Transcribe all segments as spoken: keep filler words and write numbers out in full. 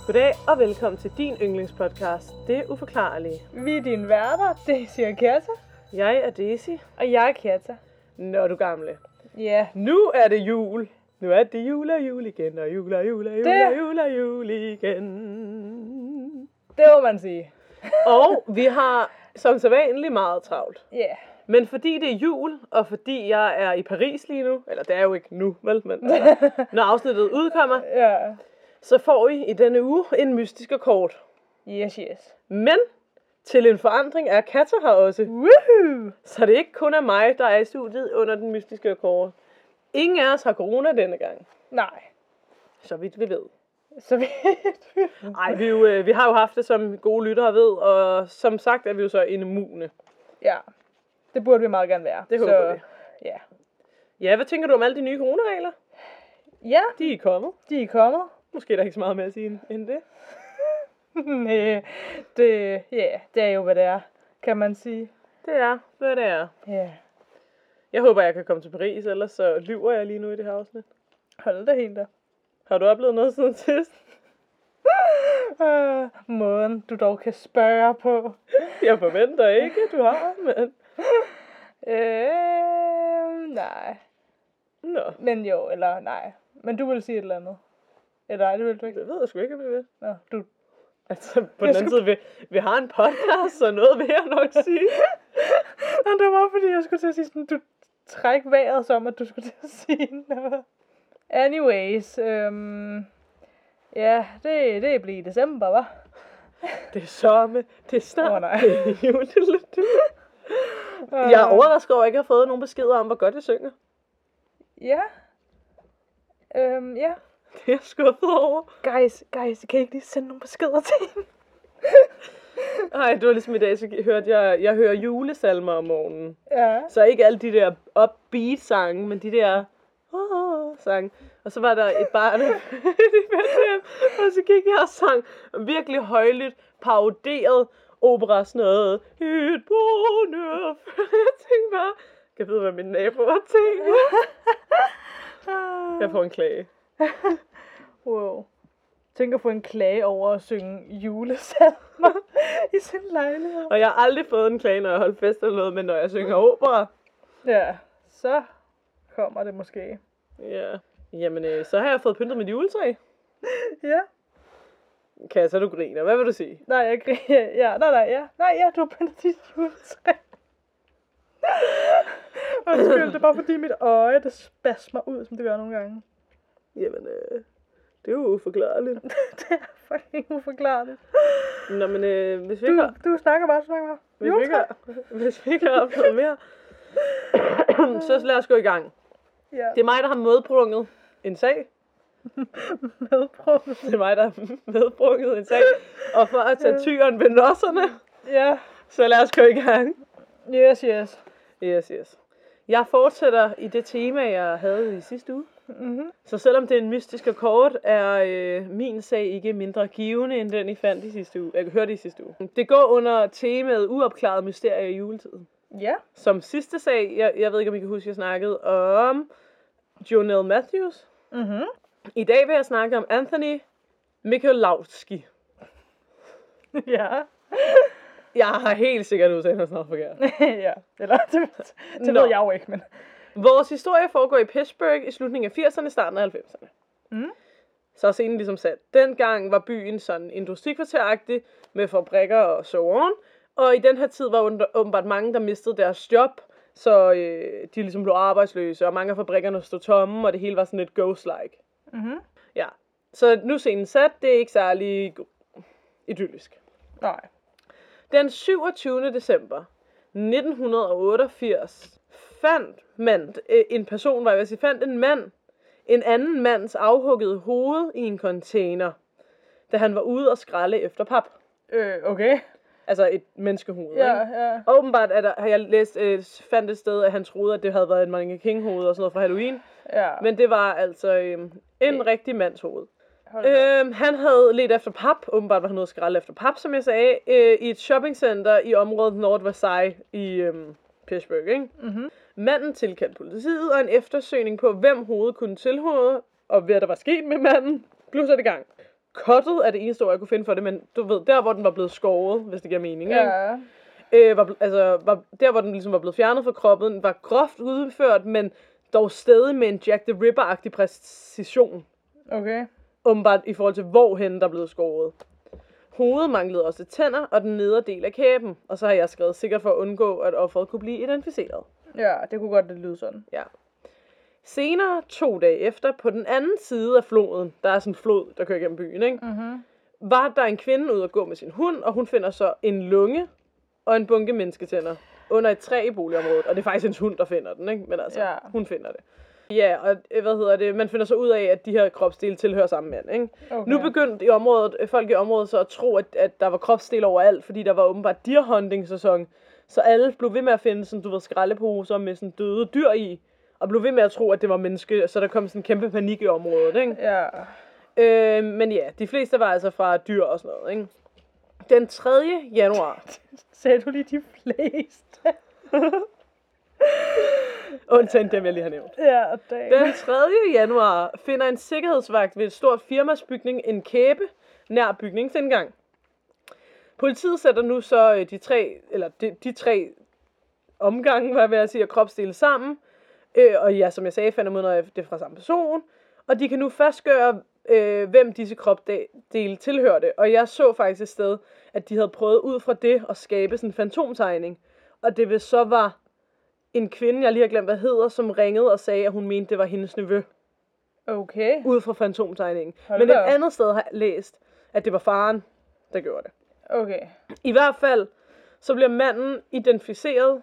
Goddag og velkommen til din yndlingspodcast, Det Uforklarlige. Vi er dine værter, Daisy og Katja. Jeg er Daisy. Og jeg er Katja. Nå du gamle. Ja. Yeah. Nu er det jul. Nu er det jul og jul igen, og jul og jul og jul det... og jul og jul igen. Det må man sige. Og vi har som sædvanligt meget travlt. Ja. Yeah. Men fordi det er jul, og fordi jeg er i Paris lige nu, eller det er jo ikke nu, vel, men når afsnittet udkommer, ja. så får I i denne uge en mystisk kort. Yes, yes. Men til en forandring er Katja her også. Woohoo! Så det ikke kun er mig, der er i studiet under den mystiske kort. Ingen af os har corona denne gang. Nej. Så vidt vi ved. Så vidt vi ved. Ej, vi, jo, vi har jo haft det, som gode lyttere ved, og som sagt er vi jo så immune. Ja, det burde vi meget gerne være. Det håber så, vi. Ja. Ja, hvad tænker du om alle de nye coronaregler? Ja. De er kommet. De er kommet. Måske er der ikke så meget mere at sige end det. Nej, det, ja, det er jo, hvad det er, kan man sige. Det er, hvad det er. Ja. Jeg håber, jeg kan komme til Paris, ellers så lyver jeg lige nu i det her afsnit. Hold da helt der. Har du oplevet noget siden sidst? uh, måden, du dog kan spørge på. Jeg forventer ikke, du har, men... Øh, nej. Nå. Men jo, eller nej. Men du vil sige et eller andet. Eller nej, det vil du ikke. Det ved jeg sgu ikke, om jeg vil. Nå, du... Altså, på den anden side, vi, vi har en podcast, så noget vil jeg nok sige. Nå, det var fordi, jeg skulle til at sige sådan, du træk vejret som, at du skulle til at sige noget. Anyways, øhm... ja, det, det bliver i december, hva'? Det er sommer, det er snart, oh, nej. det er jul. Jeg er overrasket over, at jeg ikke har fået nogen beskeder om, hvor godt jeg synger. Ja. Øhm, ja. Det er jeg skuffet over. Guys, guys, kan I ikke lige sende nogle beskeder til hende? Ej, det var ligesom i dag, så hørte jeg, jeg hører julesalmer om morgenen. Ja. Så ikke alle de der upbeat sange, men de der oh, sange. Og så var der et barn, og så gik jeg og sang virkelig højlydt, paroderet opera, sådan noget. Et bonheur. Jeg tænkte bare, kan jeg vide, hvad min nabo har tænkt? Jeg får en klage. Wow. Tænk at få en klage over at synge julesalmer i sin lejlighed. Og jeg har aldrig fået en klage, når jeg holder fest eller noget, men når jeg synger opera. Ja, så kommer det måske. Ja. Jamen, øh, så har jeg fået pyntet mit juletræ. Ja. Katja, du griner. Hvad vil du sige? Nej, jeg griner. Ja, nej, nej, ja. Nej, ja, du har pyntet dit juletræ. Undskyld, det er bare fordi mit øje, det spasmer ud, som det gør nogle gange. Jamen, øh, det er jo uforklarligt. Det er fucking uforklarligt. Nå, men øh, hvis vi Du, ikke har... du snakker bare, du snakker bare. Hvis vi ikke har, hvis vi ikke har oplevet mere, så lad os gå i gang. Ja. Det er mig, der har medbrunget en sag. Medbrunget? Det er mig, der har medbrunget en sag. Og for at tage tyren ved nosserne, Ja. så lad os gå i gang. Yes, yes. Yes, yes. Jeg fortsætter i det tema, jeg havde i sidste uge. Mhm. Så selvom det er en mystisk kort, er øh, min sag ikke mindre givende, end den I fandt i sidste uge. Jeg hørte i sidste uge. Det går under temaet uopklaret mysterie i juletiden. Ja. Som sidste sag, jeg, jeg ved ikke, om I kan huske, jeg snakkede om Jonelle Matthews. Mhm. I dag vil jeg snakke om Anthony Michalowski. Ja. Jeg har helt sikkert udtalt hans navn forkert. Ja. Eller, det, det Nå. ved jeg jo ikke, men... Vores historie foregår i Pittsburgh i slutningen af firserne, starten af halvfemserne. Mm. Så er scenen ligesom sat. Dengang var byen sådan industrikvarteragtig med fabrikker og så on. Og i den her tid var under, åbenbart mange, der mistede deres job. Så øh, de ligesom blev arbejdsløse, og mange af fabrikkerne stod tomme, og det hele var sådan lidt ghost-like. Mhm. Ja. Så nu er scenen sat. Det er ikke særlig idyllisk. Nej. Den syvogtyvende december nitten otteogfirs fandt man øh, en person, var jeg vil sige, fandt en mand, en anden mands afhuggede hoved i en container, da han var ude og skralde efter pap. Øh, okay. Altså et menneskehoved, Ja, ikke? ja. Og åbenbart er der, har jeg læst, øh, fandt et sted, at han troede, at det havde været en Martin King hoved og sådan noget fra Halloween. Ja. Men det var altså øh, en Øh. rigtig mands hoved. Øhm, Øhm, han havde ledt efter pap, åbenbart var han ude at skralde efter pap, som jeg sagde, øh, i et shoppingcenter i området North Versailles i øhm, Pittsburgh, ikke? Mhm. Manden tilkaldte politiet, og en eftersøgning på, hvem hovedet kunne tilhøre, og hvad der var sket med manden, blev sat i gang. cuttet er det eneste ord, jeg kunne finde for det, men du ved, der hvor den var blevet skåret, hvis det giver mening, Ja. ikke? Øh, var, altså, var, der hvor den ligesom var blevet fjernet fra kroppen, var groft udført, men dog stadig med en Jack the Ripper-agtig præcision. Okay. Åbenbart i forhold til, hvorhen der blev skåret. Hovedet manglede også tænder og den nedre del af kæben, og så har jeg skrevet sikkert for at undgå, at offeret kunne blive identificeret. Ja, det kunne godt det lyde sådan. Ja. Senere, to dage efter, på den anden side af floden, der er sådan en flod, der kører gennem byen, ikke? Mhm. Var der en kvinde ude at gå med sin hund, og hun finder så en lunge og en bunke mennesketænder under et træ i boligområdet. Og det er faktisk hendes hund, der finder den, ikke? Men altså, Ja. hun finder det. Ja, og øh, hvad hedder det? Man finder så ud af, at de her kropsdele tilhører samme mand, ikke? Okay. Nu begyndte i området, øh, folk i området så at tro, at, at der var kropsdele overalt, fordi der var åbenbart deer hunting sæson. Så alle blev ved med at finde sådan, du ved, skraldeposer med sådan døde dyr i, og blev ved med at tro, at det var menneske, så der kom sådan en kæmpe panik i området, ikke? Ja. Øh, men ja, de fleste var altså fra dyr og sådan noget, ikke? Den tredje januar. Sagde du lige de fleste? Undtagen dem, jeg lige har nævnt. Ja, dag. Den tredje januar finder en sikkerhedsvagt ved et stort firmas bygning en kæbe nær bygningsindgang. Politiet sætter nu så øh, de tre, eller de, de tre omgange, hvad jeg vil sige, og kropsdele sammen. Øh, og ja, som jeg sagde, finder man ud af, det er fra samme person. Og de kan nu fastgøre, øh, hvem disse kropsdele tilhørte. Og jeg så faktisk et sted, at de havde prøvet ud fra det at skabe sådan en fantomtegning. Og det vil så var en kvinde, jeg lige har glemt, hvad hedder, som ringede og sagde, at hun mente, det var hendes nevø. Okay. Ud fra fantomtegningen. Hold Men da et op. andet sted har jeg læst, at det var faren, der gjorde det. Okay. I hvert fald, så bliver manden identificeret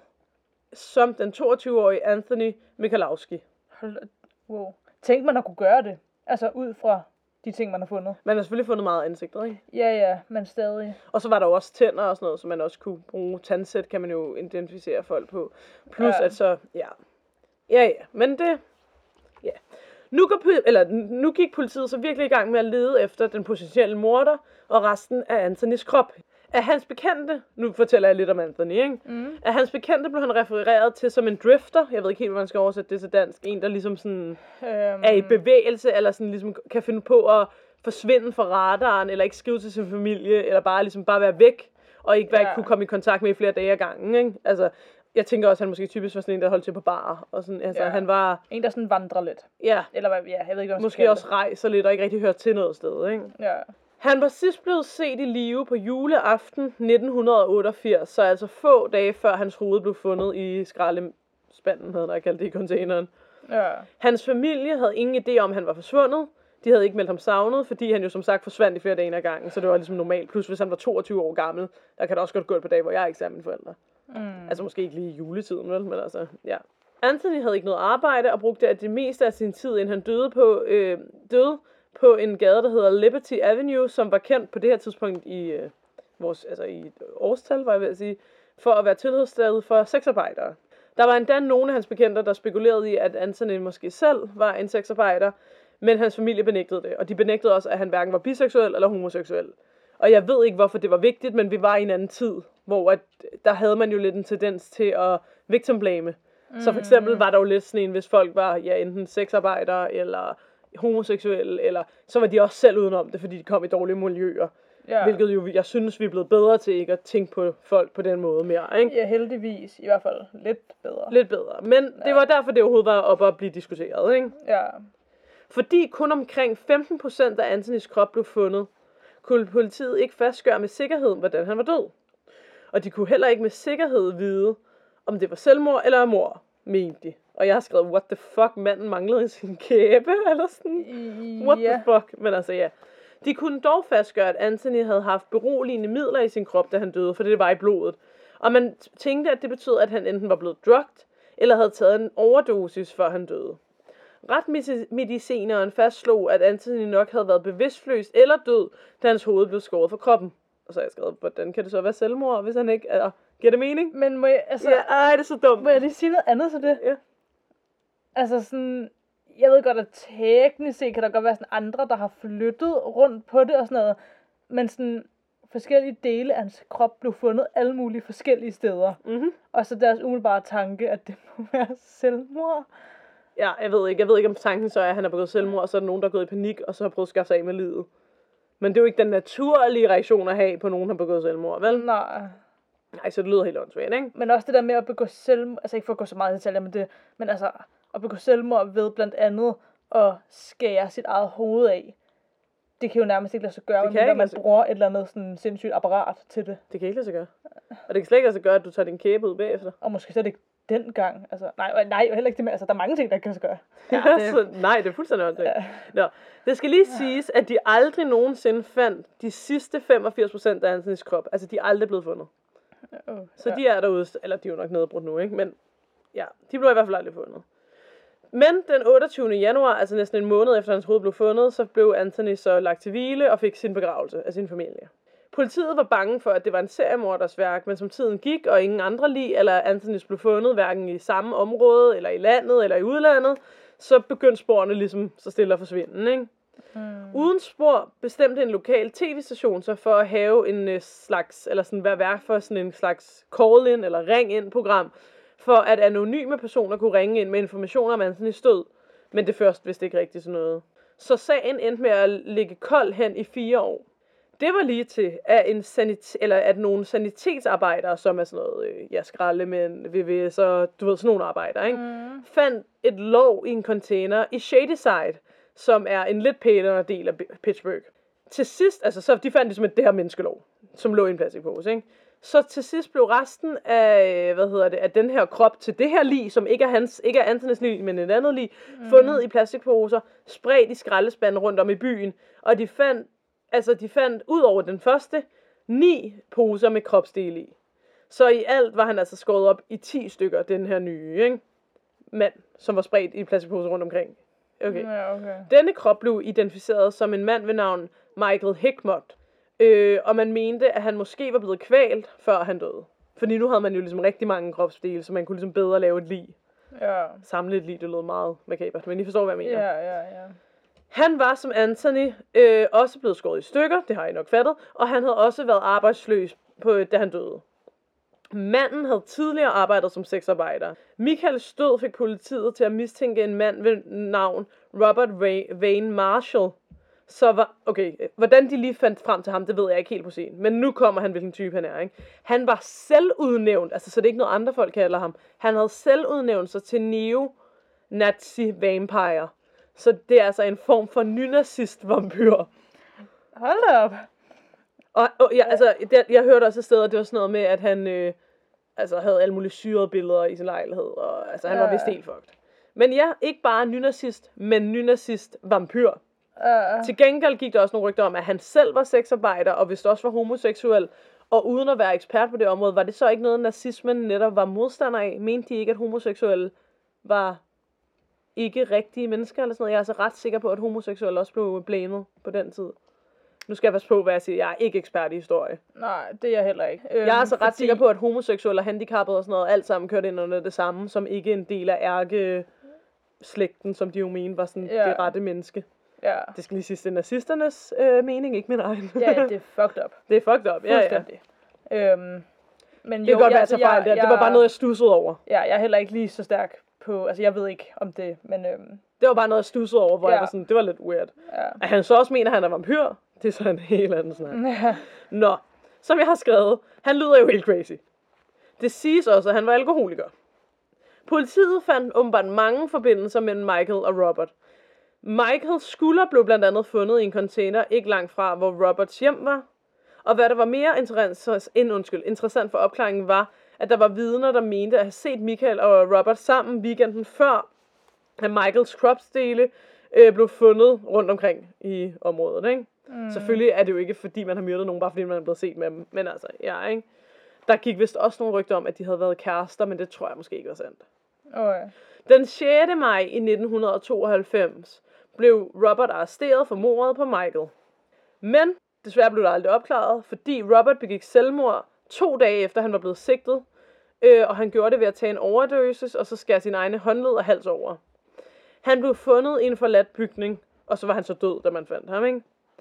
som den toogtyve-årige Anthony Michalowski. Hold da. Wow. Tænk man at kunne gøre det. Altså ud fra de ting, man har fundet. Man har selvfølgelig fundet meget ansigter, ikke? Ja, ja, men stadig. Og så var der jo også tænder og sådan noget, så man også kunne bruge. Tandsæt kan man jo identificere folk på. Plus Ja. at så, ja. Ja, ja, men det, ja. Nu, går, pol- eller, nu gik politiet så virkelig i gang med at lede efter den potentielle morder og resten af Anthonys krop. Af hans bekendte, nu fortæller jeg lidt om Anthony, ikke? Mm. Af hans bekendte blev han refereret til som en drifter. Jeg ved ikke helt, hvordan man skal oversætte det til dansk. En, der ligesom sådan Øhm, er i bevægelse, eller sådan ligesom kan finde på at forsvinde fra radaren, eller ikke skrive til sin familie, eller bare ligesom bare være væk, og ikke, være, Ja. kunne komme i kontakt med i flere dage ad gangen, ikke? Altså, jeg tænker også, at han måske typisk var sådan en, der holdt til på bar, og sådan, altså, Ja. han var, En, der sådan vandrer lidt. ja, Eller hvad, ja, jeg ved ikke, hvad man skal måske kalde også rejser lidt, og ikke rigtig hører til noget sted, ikke? det. Ja. Han var sidst blevet set i live på juleaften nitten otteogfirs, så altså få dage før hans hoved blev fundet i skraldespanden, havde jeg kaldt det i containeren. Ja. Hans familie havde ingen idé om, at han var forsvundet. De havde ikke meldt ham savnet, fordi han jo som sagt forsvandt i flere dage ad gangen, så det var ligesom normalt. Plus hvis han var toogtyve år gammel, der kan det også godt gå på dage, hvor jeg ikke ser mine forældre. Mm. Altså måske ikke lige i juletiden, vel, men altså, ja. Anthony havde ikke noget arbejde og brugte det meste af sin tid, inden han døde på, øh, døde på en gade, der hedder Liberty Avenue, som var kendt på det her tidspunkt i øh, vores, altså i årstal, var jeg ved at sige, for at være tilhørssted for sexarbejdere. Der var endda nogle af hans bekendte, der spekulerede i, at Anthony måske selv var en sexarbejder, men hans familie benægtede det, og de benægtede også, at han hverken var biseksuel eller homoseksuel. Og jeg ved ikke, hvorfor det var vigtigt, men vi var i en anden tid, hvor at, der havde man jo lidt en tendens til at victim blame. Mm. Så for eksempel var der jo lidt sådan en, hvis folk var ja, enten sexarbejdere eller homoseksuelle, eller så var de også selv udenom det, fordi de kom i dårlige miljøer. Ja. Hvilket jo, jeg synes, vi er blevet bedre til ikke at tænke på folk på den måde mere, ikke? Ja, heldigvis. I hvert fald lidt bedre. Lidt bedre. Men ja. Det var derfor, det overhovedet var oppe at blive diskuteret, ikke? Ja. Fordi kun omkring femten procent af Anthonys krop blev fundet, kunne politiet ikke fastgøre med sikkerhed, hvordan han var død. Og de kunne heller ikke med sikkerhed vide, om det var selvmord eller mord, mente de. Og jeg har skrevet, what the fuck, manden manglede i sin kæbe, eller sådan. What ja. the fuck, men altså ja. De kunne dog fastgøre, at Anthony havde haft beroligende midler i sin krop, da han døde, for det var i blodet. Og man tænkte, at det betød, at han enten var blevet drugged, eller havde taget en overdosis, før han døde. Retsmedicineren fastslog, at Anthony nok havde været bevidstløs eller død, da hans hoved blev skåret fra kroppen. Og så har jeg skrevet, hvordan kan det så være selvmord, hvis han ikke er... Giver det mening? Men må jeg, altså, Ja, ej, det er så dumt. må jeg lige sige noget andet til det? Ja. Altså sådan, jeg ved godt, at teknisk set kan der godt være sådan andre, der har flyttet rundt på det og sådan noget. Men sådan, forskellige dele af hans krop blev fundet alle mulige forskellige steder. Mm-hmm. Og så deres umiddelbare tanke, at det må være selvmord. Ja, jeg ved ikke. Jeg ved ikke, om tanken så er, at han har begået selvmord, og så er der nogen, der er gået i panik, og så har prøvet at skaffe sig af med livet. Men det er jo ikke den naturlige reaktion at have på nogen, der har begået selvmord, vel? Nej. Nej, så det lyder helt åndssvagt, ikke? Men også det der med at begå selvmord, altså ikke for at gå så meget i detaljer med det, men altså at begå selvmord ved blandt andet at skære sit eget hoved af. Det kan jo nærmest ikke lade sig gøre, når man bruger et eller andet sådan sindssygt apparat til det. Det kan ikke lade sig gøre. Og det kan slet ikke lade sig gøre, at du tager din kæbe ud bagefter. Og måske slet ikke dengang. Altså, nej, nej, heller ikke det med. Altså, der er mange ting, der kan lade sig gøre. Ja, det... så, nej, det er fuldstændig åndssvagt. Ja. Nå, det skal lige siges, at de aldrig nogensinde fandt de sidste femogfirs procent af Anthonys krop. Altså, de er aldrig blevet fundet. Oh, så ja. de er derude, eller de er jo nok nedbrudt nu, ikke? Men ja, de blev i hvert fald aldrig fundet. Men den otteogtyvende januar, altså næsten en måned efter hans hoved blev fundet, så blev Anthony så lagt til hvile og fik sin begravelse af sin familie. Politiet var bange for, at det var en seriemorders værk, men som tiden gik, og ingen andre lig eller Anthonys blev fundet, hverken i samme område, eller i landet, eller i udlandet, så begyndte sporene ligesom så stille at forsvinde, ikke? Mm. Uden spor bestemte en lokal tv-station så for at have en slags, eller sådan være værk for sådan en slags call-in eller ring-in-program, for at anonyme personer kunne ringe ind med informationer om Anthonys død, men det først vidste ikke rigtigt sådan noget. Så sagen endte med at ligge kold hen i fire år. Det var lige til, at, en sanit- eller at nogle sanitetsarbejdere, som er sådan noget, øh, ja, skraldemænd, V V S og du ved, sådan nogle arbejdere, ikke? Mm. fandt et låg i en container i Shadyside, som er en lidt pænere del af Pittsburgh. Til sidst, altså så de fandt ligesom det her menneskelov, som lå i en plastikpose, ikke? Så til sidst blev resten af, hvad hedder det, af den her krop til det her lig, som ikke er hans, ikke er Anthonys lig, men et andet lig, mm. fundet i plastikposer, spredt i skraldespanden rundt om i byen, og de fandt, altså de fandt ud over den første, ni poser med kropsdele i. Så i alt var han altså skåret op i ti stykker, den her nye, ikke? Mand, som var spredt i plastikposer rundt omkring. Okay. Ja, okay. Denne krop blev identificeret som en mand ved navn Michael Hickmott. Øh, og man mente, at han måske var blevet kvalt, før han døde. Fordi nu havde man jo ligesom rigtig mange kropsdele, så man kunne ligesom bedre lave et lig. Ja. Samle et lig, det lød meget makabert, men I forstår, hvad jeg mener. Ja, ja, ja. Han var som Anthony øh, også blevet skåret i stykker, det har I nok fattet, og han havde også været arbejdsløs, på, da han døde. Manden havde tidligere arbejdet som sexarbejder. Michaels død fik politiet til at mistænke en mand ved navn Robert Wayne Marshall. Så var, okay, hvordan de lige fandt frem til ham, det ved jeg ikke helt på scenen. Men nu kommer han, hvilken type han er, ikke? Han var selvudnævnt, altså så det er ikke noget andre folk kalder ham. Han havde selvudnævnt sig til neo-nazi vampire. Så det er altså en form for nynazist-vampyr. Hold da op. Og, og ja, altså, det, jeg hørte også et sted, at det var sådan noget med, at han øh, altså, havde alle mulige syrede billeder i sin lejlighed. Og altså, han ja. var vist helt fucked. Men ja, ikke bare nynazist, men nynazist-vampyr. Uh. Til gengæld gik der også nogle rygter om, at han selv var sexarbejder, og vist også var homoseksuel. Og uden at være ekspert på det område, var det så ikke noget, nazismen netop var modstander af? Mente de ikke, at homoseksuelle var ikke rigtige mennesker eller sådan noget? Jeg er altså ret sikker på, at homoseksuelle også blev blamet på den tid. Nu skal jeg passe på, hvad jeg siger. Jeg er ikke ekspert i historie. Nej, det er jeg heller ikke. Øhm, jeg er altså ret fordi... sikker på, at homoseksuelle og handicappede og sådan noget, alt sammen kørte ind under det samme, som ikke en del af ærke-slægten, som de jo mente var sådan ja. det rette menneske. Ja. Det skal lige sige, det er nazisternes øh, mening, ikke min egen. Ja, det er fucked up. Det er fucked up, ja, ja. Øhm, men det kan jo, godt være, at jeg, fejl, jeg, det var bare noget, jeg stussede over. Ja, jeg er heller ikke lige så stærk på, altså jeg ved ikke om det, men... Øhm, det var bare noget, jeg stussede over, hvor ja. jeg var sådan, det var lidt weird. Ja. At han så også mener, at han er vampyr, det er så en helt anden snak. Ja. Nå, som jeg har skrevet, han lyder jo helt crazy. Det siges også, at han var alkoholiker. Politiet fandt åbenbart mange forbindelser mellem Michael og Robert. Michaels skulder blev blandt andet fundet i en container ikke langt fra, hvor Roberts hjem var. Og hvad der var mere interessant, end, undskyld, interessant for opklaringen var, at der var vidner, der mente at have set Michael og Robert sammen weekenden før, at Michaels kropsdele øh, blev fundet rundt omkring i området, ikke? Mm. Selvfølgelig er det jo ikke, fordi man har myrdet nogen, bare fordi man er blevet set med dem. Men altså, ja, ikke? Der gik vist også nogle rygter om, at de havde været kærester, men det tror jeg måske ikke var sandt. Okay. Den sjette maj i nitten tooghalvfems blev Robert arresteret for mordet på Michael. Men desværre blev det aldrig opklaret, fordi Robert begik selvmord to dage efter han var blevet sigtet, øh, og han gjorde det ved at tage en overdosis, og så skære sin egne håndled og hals over. Han blev fundet i en forladt bygning, og så var han så død, da man fandt ham, ikke?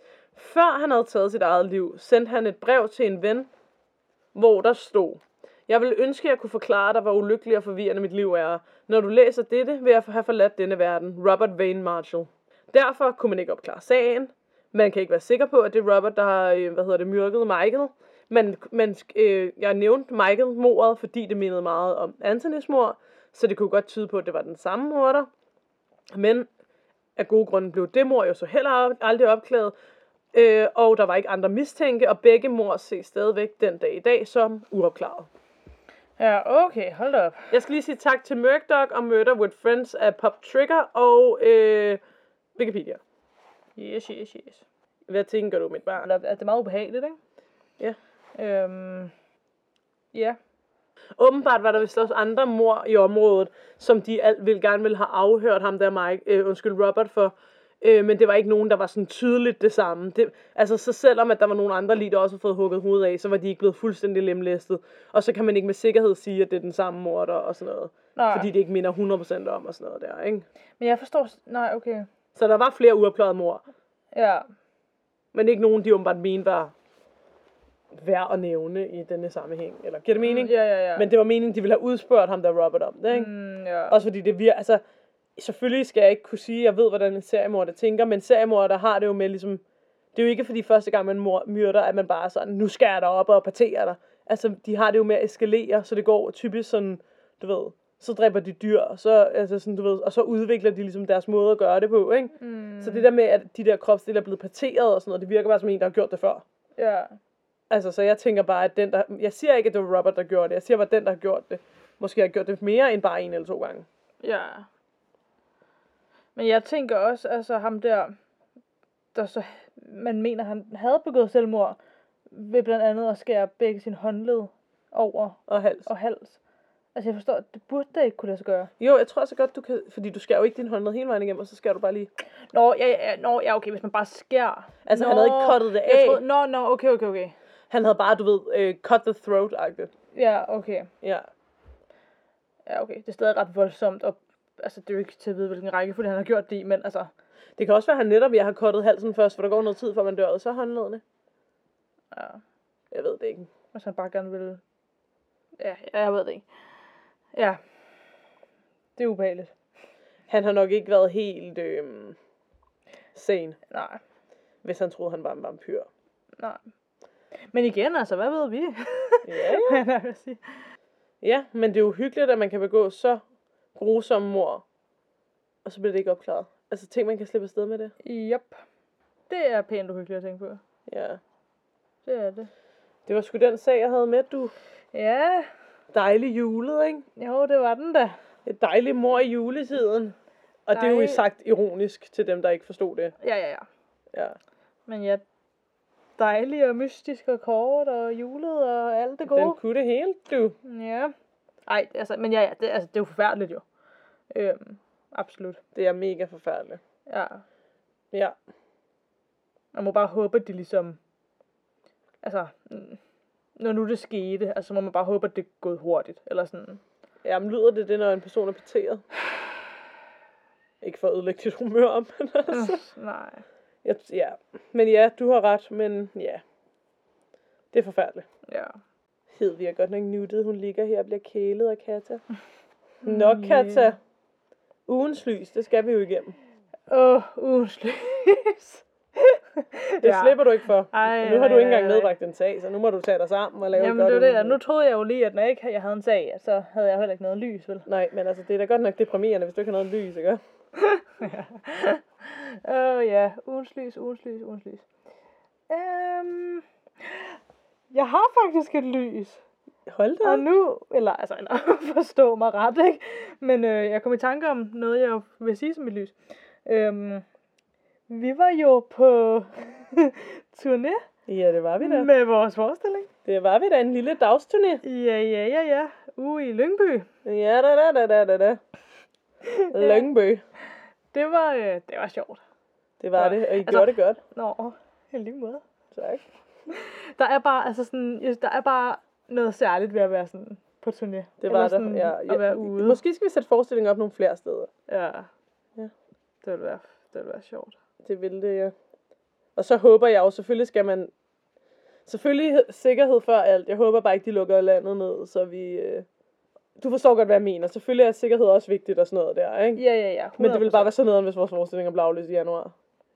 Før han havde taget sit eget liv, sendte han et brev til en ven, hvor der stod: jeg ville ønske, at jeg kunne forklare dig, hvor ulykkelig og forvirrende mit liv er. Når du læser dette, vil jeg have forladt denne verden. Robert Wayne Marshall. Derfor kunne man ikke opklare sagen, Man kan ikke være sikker på, at det er Robert, der har, øh, hvad hedder det, myrket Michael. Men, men øh, jeg nævnte Michael-mordet, fordi det mindede meget om Anthonys mord, så det kunne godt tyde på, at det var den samme morder. Men af gode grunde blev det mord jo så heller aldrig opklaret, øh, og der var ikke andre mistænke, og begge mord ses stadigvæk den dag i dag som uopklaret. Ja, okay, hold da op. Jeg skal lige sige tak til Murdoch og Murder with Friends af Pop Trigger og øh, Wikipedia. Yes, yes, yes. Hvad tænker du, mit barn? Eller, at det er meget ubehageligt, ikke? Ja. Øhm, ja. Åbenbart var der vist også andre mord i området, som de alt ville gerne ville have afhørt ham der, Mike, øh, undskyld, Robert for. Øh, men det var ikke nogen, der var sådan tydeligt det samme. Det, altså, så selvom at der var nogle andre lige, der også havde fået hugget hovedet af, så var de ikke blevet fuldstændig lemlæstet. Og så kan man ikke med sikkerhed sige, at det er den samme morder og sådan noget. Nej. Fordi det ikke minder hundrede procent om og sådan noget der, ikke? Men jeg forstår... Nej, okay. Så der var flere uopklarede mord. Ja. Men ikke nogen, de åbenbart mente var værd at nævne i denne sammenhæng. Eller giver det mening? Ja, ja, ja. Men det var meningen, de ville have udspurgt ham, der Robert om det, ikke? Mm, ja. Også fordi det virker, altså, selvfølgelig skal jeg ikke kunne sige, at jeg ved, hvordan en seriemorder tænker, men seriemorder har det jo med ligesom, det er jo ikke fordi første gang man mor- myrder, at man bare sådan, nu skal jeg derop og partere dig. Altså, de har det jo med at eskalere, så det går typisk sådan, du ved, så dræber de dyr, og så, altså sådan, du ved, og så udvikler de ligesom deres måde at gøre det på, ikke? Mm. Så det der med, at de der kropsdele er blevet parteret og sådan noget, det virker bare som en, der har gjort det før. Ja. Altså, så jeg tænker bare, at den der, jeg siger ikke, at det var Robert, der gjorde det, jeg siger bare, at den, der har gjort det, måske har gjort det mere end bare en eller to gange. Ja. Men jeg tænker også, altså ham der, der så, man mener, han havde begået selvmord, ved blandt andet at skære begge sine håndled over Og hals. og hals. Altså jeg forstår, det burde da ikke kunne lade sig gøre. Jo, jeg tror så godt, du kan, fordi du skærer jo ikke din håndled hele vejen igennem, og så skærer du bare lige. Nå, ja, ja, nå, ja, okay, hvis man bare skærer. Altså, nå, han havde ikke cuttet det af. Jeg troede, nå, nå, okay, okay, okay. Han havde bare, du ved, uh, cut the throat-agtigt. Ja, okay. Ja. Ja, okay. Det er stadig ret voldsomt, og altså, det er jo ikke til at vide, hvilken rækkefølge han har gjort det i, men altså... Det kan også være, at han netop, jeg har cuttet halsen først, for der går noget tid, før man dør, og så håndledene. Ja, Jeg ved det ikke. hvis han bare gerne vil... Ja, ja, jeg ved det ikke. Ja. Det er ubehageligt. Han har nok ikke været helt øh, sane, Nej, hvis han troede, han var en vampyr. nej. Men igen, altså, hvad ved vi? Ja, ja. Hvad er det, jeg sige? Ja, men det er jo hyggeligt, at man kan begå så grusomme mord, og så bliver det ikke opklaret. Altså, tænk, man kan slippe afsted med det. Yep. Det er pænt uhyggeligt at tænke på. Ja. Det er det. Det var sgu den sag, jeg havde med, du. Ja, Dejlig julet, ikke? jo, det var den da. Et dejligt mor i juletiden. Og det er jo Dejlig. sagt ironisk til dem, der ikke forstod det. Ja, ja, ja. Ja. Men ja, dejlig og mystisk og kort og julet og alt det gode. Den kunne det hele, du. Ja. Ej, altså, men ja, ja, det, altså, det er jo forfærdeligt jo. Øhm, absolut. Det er mega forfærdeligt. Ja. Ja. Man må bare håbe, at det ligesom... Altså, mm, når nu det skete, altså må man bare håbe, at det er gået hurtigt. Eller sådan. Jamen, lyder det det, når en person er parteret? Ikke for at ødelægge dit humør, men altså... Øh, nej. Jeg, ja. Men ja, du har ret, men ja. Det er forfærdeligt. Ja. Hedvig er godt nok nuttet. Hun ligger her og bliver kælet af Katja. Nå, Katja. Ugens lys, det skal vi jo igennem. Åh, oh, ugens lys. Det ja. slipper du ikke for. Ej, nu har du ikke engang ej, medbragt en sag, så nu må du tage dig sammen og lave Jamen, et godt det er det. ugens Nu troede jeg jo lige, at når jeg ikke jeg havde en sag, så havde jeg heller ikke noget lys, vel? Nej, men altså, det er da godt nok deprimerende, hvis du ikke har noget lys, ikke? Åh oh, ja, ugens lys, ugens lys, ugens lys. Um, jeg har faktisk et lys. Hold da. Og nu, eller altså, eller, forstå mig ret, ikke? Men øh, jeg kom i tanke om noget, jeg vil sige som et lys. Um, vi var jo på turné. Ja, det var vi da. Med vores forestilling. Det var vi da, en lille dagsturné. Ja, ja, ja, ja. Ude i Lyngby. Ja, da, da, da, da, da, da. Lyngby. Det var, øh, det var sjovt. Det var Ja. det, og I Altså- gjorde det godt. Nå, i lige måde. Tak. Der er bare, altså sådan, jeg synes, der er bare noget særligt ved at være sådan på turné. Det Eller var sådan, det, ja. At være ja. ude. Måske skal vi sætte forestillingen op nogle flere steder. Ja. Ja. Det ville være, det ville være sjovt. Det ville det, ja. Og så håber jeg jo, selvfølgelig skal man... Selvfølgelig sikkerhed for alt. Jeg håber bare ikke, de lukker landet ned, så vi... Øh... Du forstår godt, hvad jeg mener. Selvfølgelig er sikkerhed også vigtigt og sådan noget der, ikke? Ja, ja, ja. Men det ville bare være sådan noget, hvis vores forestillinger blev aflyst i januar.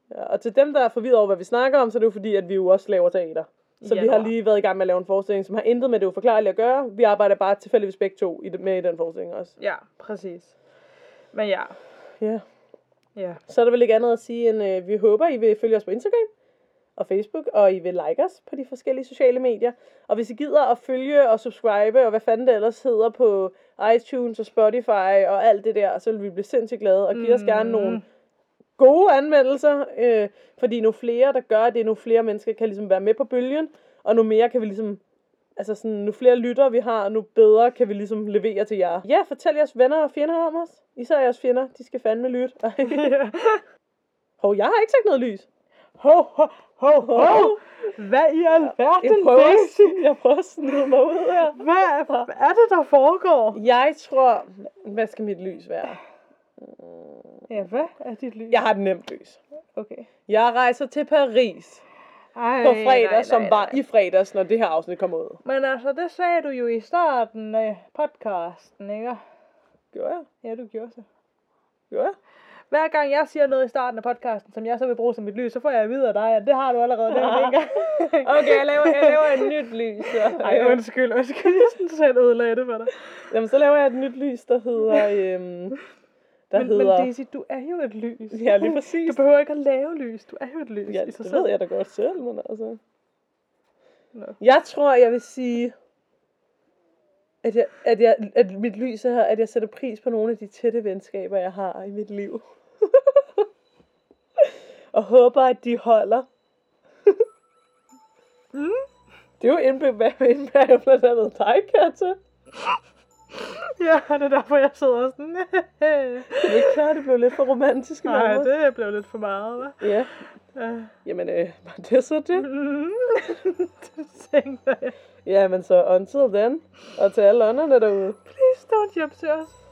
Ja, og til dem, der er forvirret over, hvad vi snakker om, så er det jo fordi, at vi jo også laver teater. Så Ja, vi har nå. lige været i gang med at lave en forestilling, som har intet med det uforklarlige at gøre. Vi arbejder bare tilfældigvis begge to i det, med i den forestilling også. Ja, præcis. Men ja. Ja. Ja. Så er der vel ikke andet at sige, end øh, vi håber, I vil følge os på Instagram og Facebook, og I vil like os på de forskellige sociale medier. Og hvis I gider at følge og subscribe, og hvad fanden det ellers hedder på iTunes og Spotify og alt det der, så vil vi blive sindssygt glade, og give os gerne nogle gode anmeldelser, øh, fordi nu flere, der gør det, nu flere mennesker kan ligesom være med på bølgen, og nu mere kan vi ligesom, altså sådan, nu flere lyttere vi har, nu bedre kan vi ligesom levere til jer. Ja, fortæl jeres venner og fjender om os. Især jeres fjender, de skal fandme lytte. Hov, jeg har ikke sagt noget lys. Ho, ho, ho, ho. Hvad i alverden, Jeg prøver, Daisy? jeg prøver at snide mig ud her. Hvad er det, der foregår? Jeg tror, hvad skal mit lys være? Ja, hvad er dit lys? Jeg har et nemt lys. Okay. Jeg rejser til Paris Ej, på fredag, nej, som nej, var nej. i fredags, når det her afsnit kommer ud. Men altså, det sagde du jo i starten af podcasten, ikke? Gjorde jeg? Ja, du gjorde så. Gjorde jeg? Hver gang jeg siger noget i starten af podcasten, som jeg så vil bruge som mit lys, så får jeg at vide af dig, at det har du allerede nævnt en gang. Okay, jeg laver, jeg laver et nyt lys. Så. Ej, undskyld, undskyld, jeg sådan selv ødelagde det for dig. Jamen, så laver jeg et nyt lys, der hedder... Øhm, der Men, hedder... men Daisy, du er jo et lys. Ja, lige præcis. Du behøver ikke at lave lys, du er jo et lys Ja, i sig det selv. ved jeg da godt selv, men altså... Nå. Jeg tror, jeg vil sige... At, jeg, at, jeg, at mit lys er, at jeg sætter pris på nogle af de tætte venskaber, jeg har i mit liv. Og håber, at de holder. Mm. Det er jo indbæret blandt andet dig, Katja. Ja, det er derfor, jeg sidder sådan. Det er ikke klart, det blev lidt for romantisk i Nej, mig. det blev lidt for meget, hva'? Ja. Ja. Jamen, øh, var det så det? Mm. Det tænker jeg. Jamen så, until then. Og til alle ånderne derude. Please don't hjælpe til os.